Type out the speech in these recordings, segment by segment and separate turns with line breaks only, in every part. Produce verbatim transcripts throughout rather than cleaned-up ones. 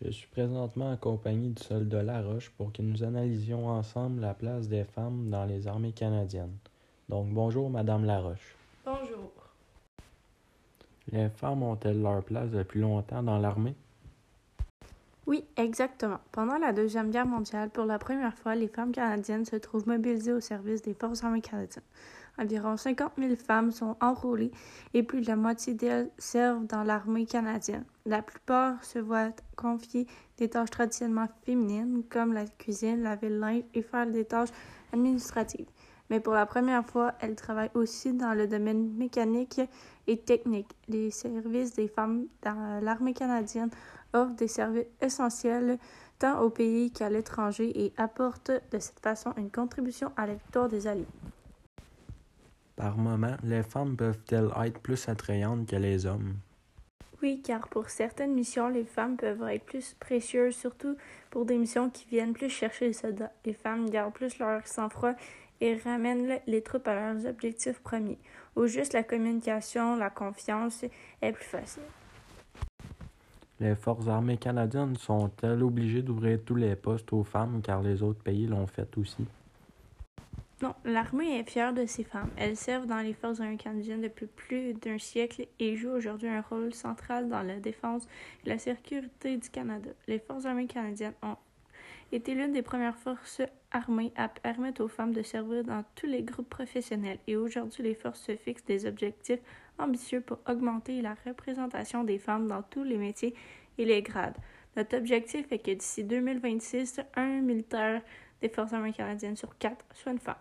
Je suis présentement accompagné du soldat Laroche pour que nous analysions ensemble la place des femmes dans les armées canadiennes. Donc, bonjour, Madame Laroche.
Bonjour.
Les femmes ont-elles leur place depuis longtemps dans l'armée?
Oui, exactement. Pendant la Deuxième Guerre mondiale, pour la première fois, les femmes canadiennes se trouvent mobilisées au service des Forces armées canadiennes. Environ cinquante mille femmes sont enrôlées et plus de la moitié d'elles servent dans l'armée canadienne. La plupart se voient confier des tâches traditionnellement féminines, comme la cuisine, laver le linge et faire des tâches administratives. Mais pour la première fois, elles travaillent aussi dans le domaine mécanique et technique. Les services des femmes dans l'armée canadienne offrent des services essentiels tant au pays qu'à l'étranger et apportent de cette façon une contribution à la victoire des Alliés.
Par moments, les femmes peuvent-elles être plus attrayantes que les hommes?
Oui, car pour certaines missions, les femmes peuvent être plus précieuses, surtout pour des missions qui viennent plus chercher les soldats. Les femmes gardent plus leur sang-froid et ramènent les troupes à leurs objectifs premiers. Au juste, la communication, la confiance est plus facile.
Les Forces armées canadiennes sont-elles obligées d'ouvrir tous les postes aux femmes car les autres pays l'ont fait aussi?
Non, l'armée est fière de ses femmes. Elles servent dans les Forces armées canadiennes depuis plus d'un siècle et jouent aujourd'hui un rôle central dans la défense et la sécurité du Canada. Les Forces armées canadiennes ont été l'une des premières forces armées à permettre aux femmes de servir dans tous les groupes professionnels et aujourd'hui les forces se fixent des objectifs ambitieux pour augmenter la représentation des femmes dans tous les métiers et les grades. Notre objectif est que d'ici deux mille vingt-six, un militaire des Forces armées canadiennes sur quatre soit une femme.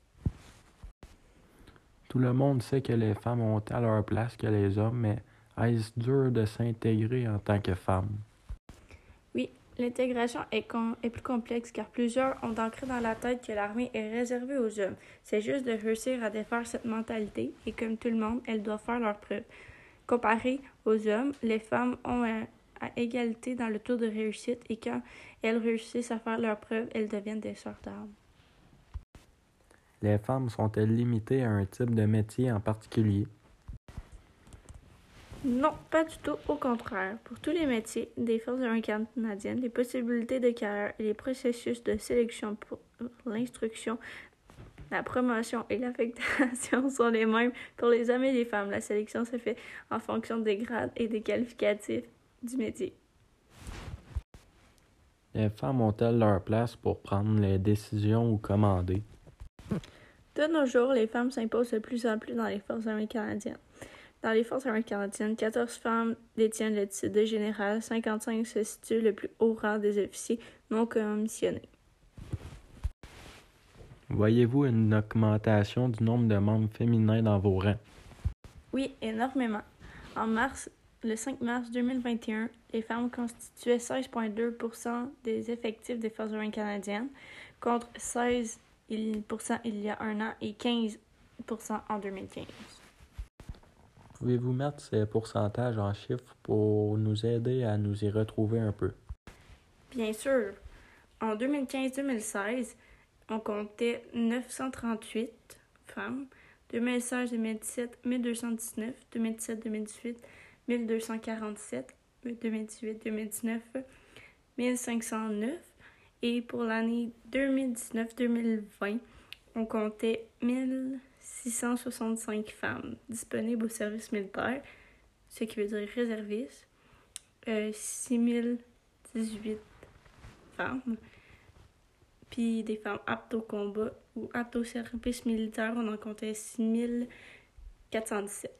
Tout le monde sait que les femmes ont à leur place que les hommes, mais est-ce dur de s'intégrer en tant que femme?
Oui, l'intégration est, com- est plus complexe car plusieurs ont ancré dans la tête que l'armée est réservée aux hommes. C'est juste de réussir à défaire cette mentalité et comme tout le monde, elles doivent faire leurs preuves. Comparé aux hommes, les femmes ont à, à égalité dans le taux de réussite et quand elles réussissent à faire leurs preuves, elles deviennent des sœurs d'armes.
Les femmes sont-elles limitées à un type de métier en particulier?
Non, pas du tout, au contraire. Pour tous les métiers des Forces armées canadiennes, les possibilités de carrière et les processus de sélection pour l'instruction, la promotion et l'affectation sont les mêmes pour les hommes et les femmes. La sélection se fait en fonction des grades et des qualificatifs du métier.
Les femmes ont-elles leur place pour prendre les décisions ou commander?
De nos jours, les femmes s'imposent de plus en plus dans les Forces armées canadiennes. Dans les Forces armées canadiennes, quatorze femmes détiennent le titre de général, cinquante-cinq se situent le plus haut rang des officiers non commissionnés.
Voyez-vous une augmentation du nombre de membres féminins dans vos rangs?
Oui, énormément. En mars, le cinq mars deux mille vingt et un, les femmes constituaient seize virgule deux pour cent des effectifs des Forces armées canadiennes, contre seize pour cent il y a un an et quinze pour cent en deux mille quinze.
Pouvez-vous mettre ces pourcentages en chiffres pour nous aider à nous y retrouver un peu?
Bien sûr. En deux mille quinze deux mille seize, on comptait neuf cent trente-huit femmes. deux mille seize deux mille dix-sept, mille deux cent dix-neuf. deux mille dix-sept deux mille dix-huit, mille deux cent quarante-sept. deux mille dix-huit deux mille dix-neuf, mille cinq cent neuf. Et pour l'année deux mille dix-neuf deux mille vingt, on comptait mille six cent soixante-cinq femmes disponibles au service militaire, ce qui veut dire réservistes, euh, six mille dix-huit femmes, puis des femmes aptes au combat ou aptes au service militaire, on en comptait six mille quatre cent dix-sept.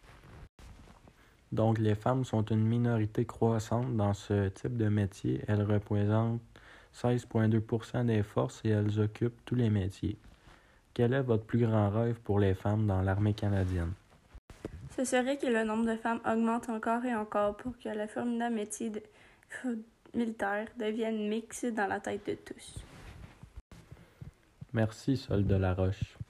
Donc, les femmes sont une minorité croissante dans ce type de métier. Elles représentent seize virgule deux pour cent des forces et elles occupent tous les métiers. Quel est votre plus grand rêve pour les femmes dans l'armée canadienne?
Ce serait que le nombre de femmes augmente encore et encore pour que le formidable métier de militaire devienne mixte dans la tête de tous.
Merci, soldat Laroche.